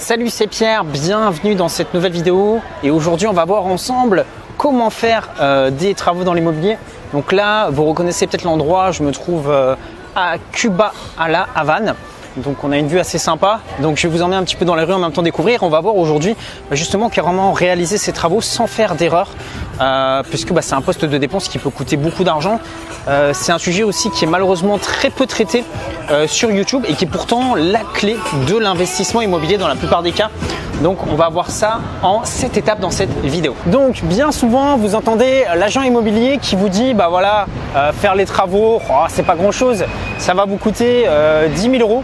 Salut, c'est Pierre, bienvenue dans cette nouvelle vidéo et aujourd'hui on va voir ensemble comment faire des travaux dans l'immobilier. Donc là vous reconnaissez peut-être l'endroit, je me trouve à Cuba à la Havane. Donc on a une vue assez sympa, donc je vais vous emmener un petit peu dans les rues en même temps découvrir. On va voir aujourd'hui justement comment réaliser ces travaux sans faire d'erreur, puisque c'est un poste de dépense qui peut coûter beaucoup d'argent. C'est un sujet aussi qui est malheureusement très peu traité sur YouTube et qui est pourtant la clé de l'investissement immobilier dans la plupart des cas. Donc on va voir ça en 7 étapes dans cette vidéo. Donc bien souvent vous entendez l'agent immobilier qui vous dit faire les travaux, c'est pas grand chose, ça va vous coûter 10 000 euros.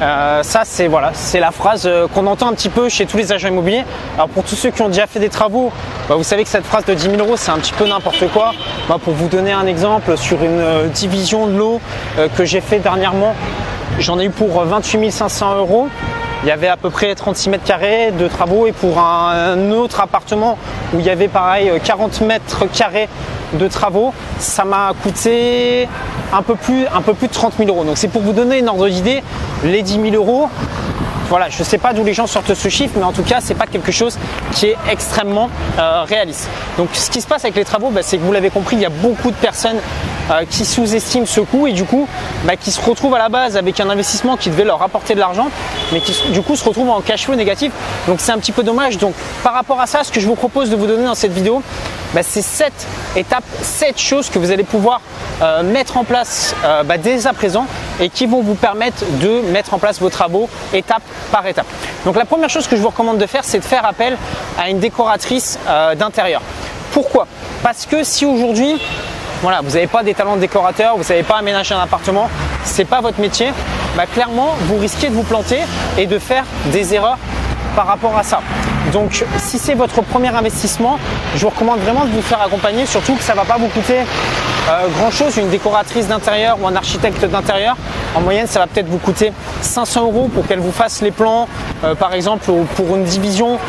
Ça c'est la phrase qu'on entend un petit peu chez tous les agents immobiliers. Alors pour tous ceux qui ont déjà fait des travaux, vous savez que cette phrase de 10 000 euros c'est un petit peu n'importe quoi. Pour vous donner un exemple, sur une division de lot que j'ai fait dernièrement, j'en ai eu pour 28 500 euros. Il y avait à peu près 36 mètres carrés de travaux et pour un autre appartement où il y avait pareil 40 mètres carrés de travaux, ça m'a coûté un peu plus de 30 000 euros. Donc c'est pour vous donner une ordre d'idée, les 10 000 euros. Voilà, je ne sais pas d'où les gens sortent ce chiffre, mais en tout cas, ce n'est pas quelque chose qui est extrêmement réaliste. Donc, ce qui se passe avec les travaux, c'est que vous l'avez compris, il y a beaucoup de personnes qui sous-estiment ce coût et du coup, qui se retrouvent à la base avec un investissement qui devait leur apporter de l'argent, mais qui du coup se retrouvent en cash flow négatif. Donc, c'est un petit peu dommage. Donc, par rapport à ça, ce que je vous propose de vous donner dans cette vidéo, c'est 7 étapes, 7 choses que vous allez pouvoir mettre en place dès à présent et qui vont vous permettre de mettre en place vos travaux étape par étape. Donc la première chose que je vous recommande de faire, c'est de faire appel à une décoratrice d'intérieur. Pourquoi? Parce que si aujourd'hui, vous n'avez pas des talents de décorateur, vous ne savez pas aménager un appartement, ce n'est pas votre métier, clairement vous risquez de vous planter et de faire des erreurs par rapport à ça. Donc si c'est votre premier investissement, je vous recommande vraiment de vous faire accompagner, surtout que ça ne va pas vous coûter grand chose. Une décoratrice d'intérieur ou un architecte d'intérieur, en moyenne ça va peut-être vous coûter 500 euros pour qu'elle vous fasse les plans par exemple pour une division,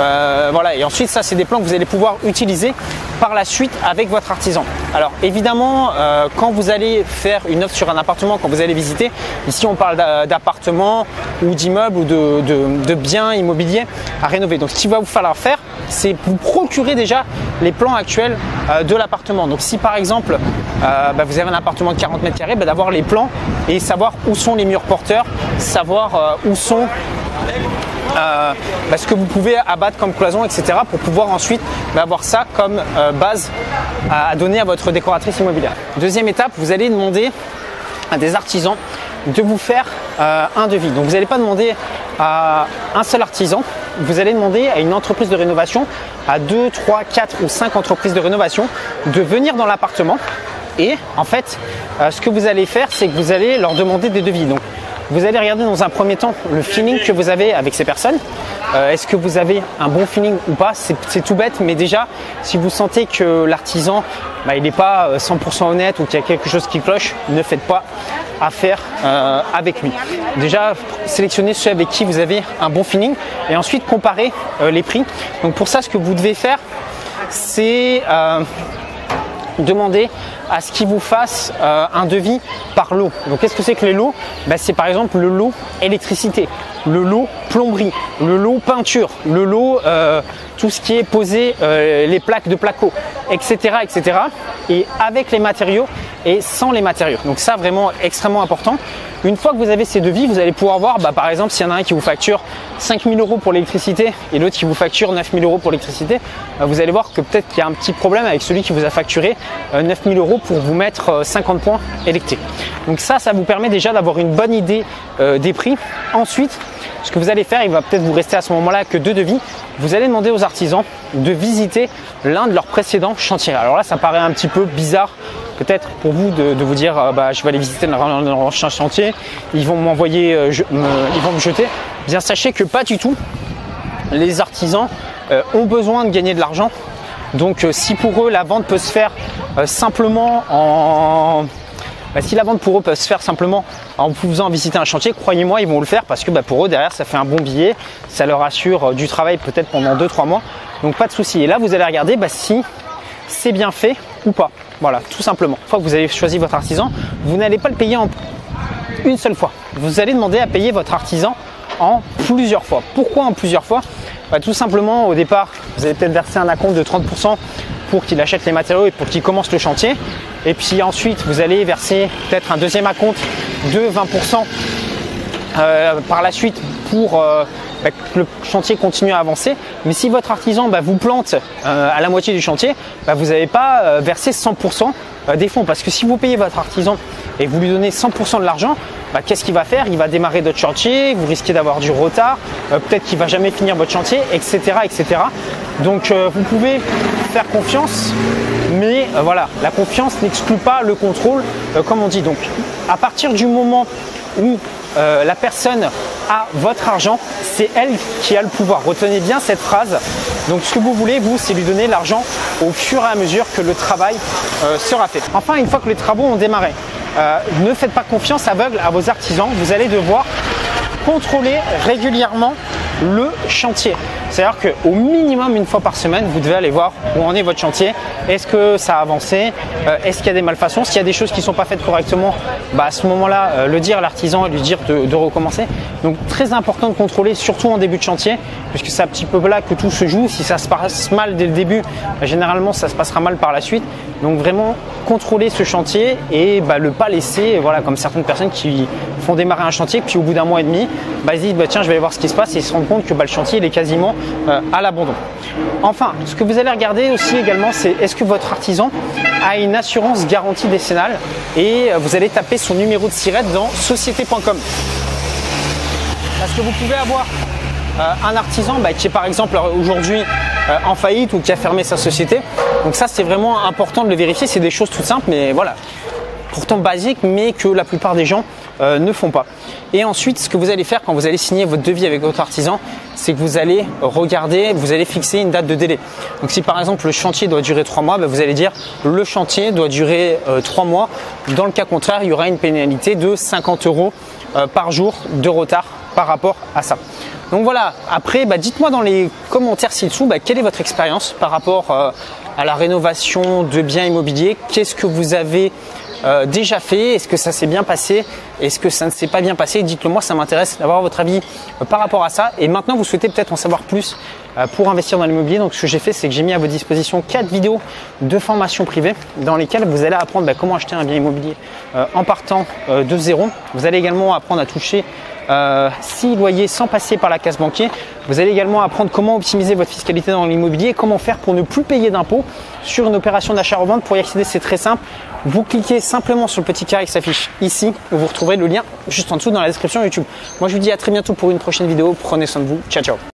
et ensuite ça c'est des plans que vous allez pouvoir utiliser par la suite avec votre artisan. Alors évidemment quand vous allez faire une offre sur un appartement, quand vous allez visiter, ici on parle d'appartements ou d'immeubles ou de biens immobiliers à rénover. Donc ce qu'il va vous falloir faire, c'est vous procurer déjà les plans actuels de l'appartement. Donc si par exemple vous avez un appartement de 40 mètres carrés, d'avoir les plans et savoir où sont les murs porteurs, savoir où sont ce que vous pouvez abattre comme cloison, etc. pour pouvoir ensuite avoir ça comme base à donner à votre décoratrice immobilière. Deuxième étape, vous allez demander à des artisans de vous faire un devis. Donc vous n'allez pas demander à un seul artisan, vous allez demander à une entreprise de rénovation, à 2, 3, 4 ou 5 entreprises de rénovation de venir dans l'appartement et en fait ce que vous allez faire, c'est que vous allez leur demander des devis. Donc vous allez regarder dans un premier temps le feeling que vous avez avec ces personnes. Est-ce que vous avez un bon feeling ou pas? C'est tout bête, mais déjà, si vous sentez que l'artisan il n'est pas 100% honnête ou qu'il y a quelque chose qui cloche, ne faites pas affaire avec lui. Déjà, sélectionnez ceux avec qui vous avez un bon feeling et ensuite comparez les prix. Donc pour ça, ce que vous devez faire, c'est demander à ce qu'ils vous fassent un devis par lot. Donc qu'est-ce que c'est que les lots? C'est par exemple le lot électricité, le lot plomberie, le lot peinture, le lot tout ce qui est posé, les plaques de placo, etc., etc. Et avec les matériaux et sans les matériaux. Donc ça vraiment extrêmement important. Une fois que vous avez ces devis, vous allez pouvoir voir par exemple s'il y en a un qui vous facture 5 000 euros pour l'électricité et l'autre qui vous facture 9 000 euros pour l'électricité, vous allez voir que peut-être qu'il y a un petit problème avec celui qui vous a facturé 9 000 euros pour vous mettre 50 points électriques. Donc ça vous permet déjà d'avoir une bonne idée des prix. Ensuite, ce que vous allez faire, il va peut-être vous rester à ce moment-là que 2 devis. Vous allez demander aux artisans de visiter l'un de leurs précédents chantiers. Alors là, ça paraît un petit peu bizarre peut-être pour vous de vous dire je vais aller visiter leur chantier, ils vont m'envoyer, ils vont me jeter. Bien sachez que pas du tout. Les artisans ont besoin de gagner de l'argent. Donc si pour eux la vente peut se faire simplement si la vente pour eux peut se faire simplement en vous faisant visiter un chantier, croyez-moi, ils vont le faire parce que pour eux derrière ça fait un bon billet, ça leur assure du travail peut-être pendant 2-3 mois. Donc pas de souci. Et là vous allez regarder si c'est bien fait ou pas. Voilà, tout simplement. Une fois que vous avez choisi votre artisan, vous n'allez pas le payer en une seule fois. Vous allez demander à payer votre artisan en plusieurs fois. Pourquoi en plusieurs fois? Tout simplement, au départ, vous allez peut-être verser un acompte de 30% pour qu'il achète les matériaux et pour qu'il commence le chantier. Et puis ensuite, vous allez verser peut-être un deuxième acompte de 20% par la suite pour que le chantier continue à avancer. Mais si votre artisan vous plante à la moitié du chantier, vous n'avez pas versé 100% des fonds. Parce que si vous payez votre artisan et vous lui donnez 100% de l'argent, qu'est-ce qu'il va faire? Il va démarrer d'autres chantiers, vous risquez d'avoir du retard, peut-être qu'il ne va jamais finir votre chantier, etc. etc. Donc vous pouvez faire confiance, mais voilà, la confiance n'exclut pas le contrôle, comme on dit. Donc à partir du moment où la personne a votre argent, c'est elle qui a le pouvoir. Retenez bien cette phrase. Donc ce que vous voulez, vous, c'est lui donner l'argent au fur et à mesure que le travail sera fait. Enfin, une fois que les travaux ont démarré, ne faites pas confiance aveugle à vos artisans. Vous allez devoir contrôler régulièrement le chantier. C'est-à-dire qu'au minimum une fois par semaine, vous devez aller voir où en est votre chantier. Est-ce que ça a avancé? Est-ce qu'il y a des malfaçons? S'il y a des choses qui ne sont pas faites correctement, à ce moment-là, le dire à l'artisan et lui dire de recommencer. Donc très important de contrôler, surtout en début de chantier, puisque c'est un petit peu là que tout se joue. Si ça se passe mal dès le début, généralement ça se passera mal par la suite. Donc vraiment contrôler ce chantier et le pas laisser, voilà, comme certaines personnes qui font démarrer un chantier, puis au bout d'un mois et demi, ils se disent tiens, je vais aller voir ce qui se passe, et ils se rendent compte que le chantier il est quasiment à l'abandon. Enfin, ce que vous allez regarder aussi également, c'est est-ce que votre artisan a une assurance garantie décennale, et vous allez taper son numéro de SIRET dans société.com. Parce que vous pouvez avoir un artisan qui est par exemple aujourd'hui en faillite ou qui a fermé sa société. Donc ça, c'est vraiment important de le vérifier. C'est des choses toutes simples, mais voilà, pourtant basiques, mais que la plupart des gens ne font pas. Et ensuite, ce que vous allez faire quand vous allez signer votre devis avec votre artisan, c'est que vous allez regarder, vous allez fixer une date de délai. Donc si par exemple le chantier doit durer 3 mois, vous allez dire le chantier doit durer 3 mois. Dans le cas contraire, il y aura une pénalité de 50 € par jour de retard par rapport à ça. Donc voilà, après dites-moi dans les commentaires ci-dessous quelle est votre expérience par rapport à la rénovation de biens immobiliers. Qu'est-ce que vous avez déjà fait? Est-ce que ça s'est bien passé? Est-ce que ça ne s'est pas bien passé? Dites-le moi, ça m'intéresse d'avoir votre avis par rapport à ça. Et maintenant, vous souhaitez peut-être en savoir plus pour investir dans l'immobilier. Donc ce que j'ai fait, c'est que j'ai mis à votre disposition 4 vidéos de formation privée dans lesquelles vous allez apprendre comment acheter un bien immobilier en partant de zéro. Vous allez également apprendre à toucher 6 loyers sans passer par la case banquier. Vous allez également apprendre comment optimiser votre fiscalité dans l'immobilier, comment faire pour ne plus payer d'impôts sur une opération d'achat-revente. Pour y accéder, c'est très simple. Vous cliquez simplement sur le petit carré qui s'affiche ici, où vous retrouverez le lien juste en dessous dans la description YouTube. Moi, je vous dis à très bientôt pour une prochaine vidéo. Prenez soin de vous. Ciao, ciao.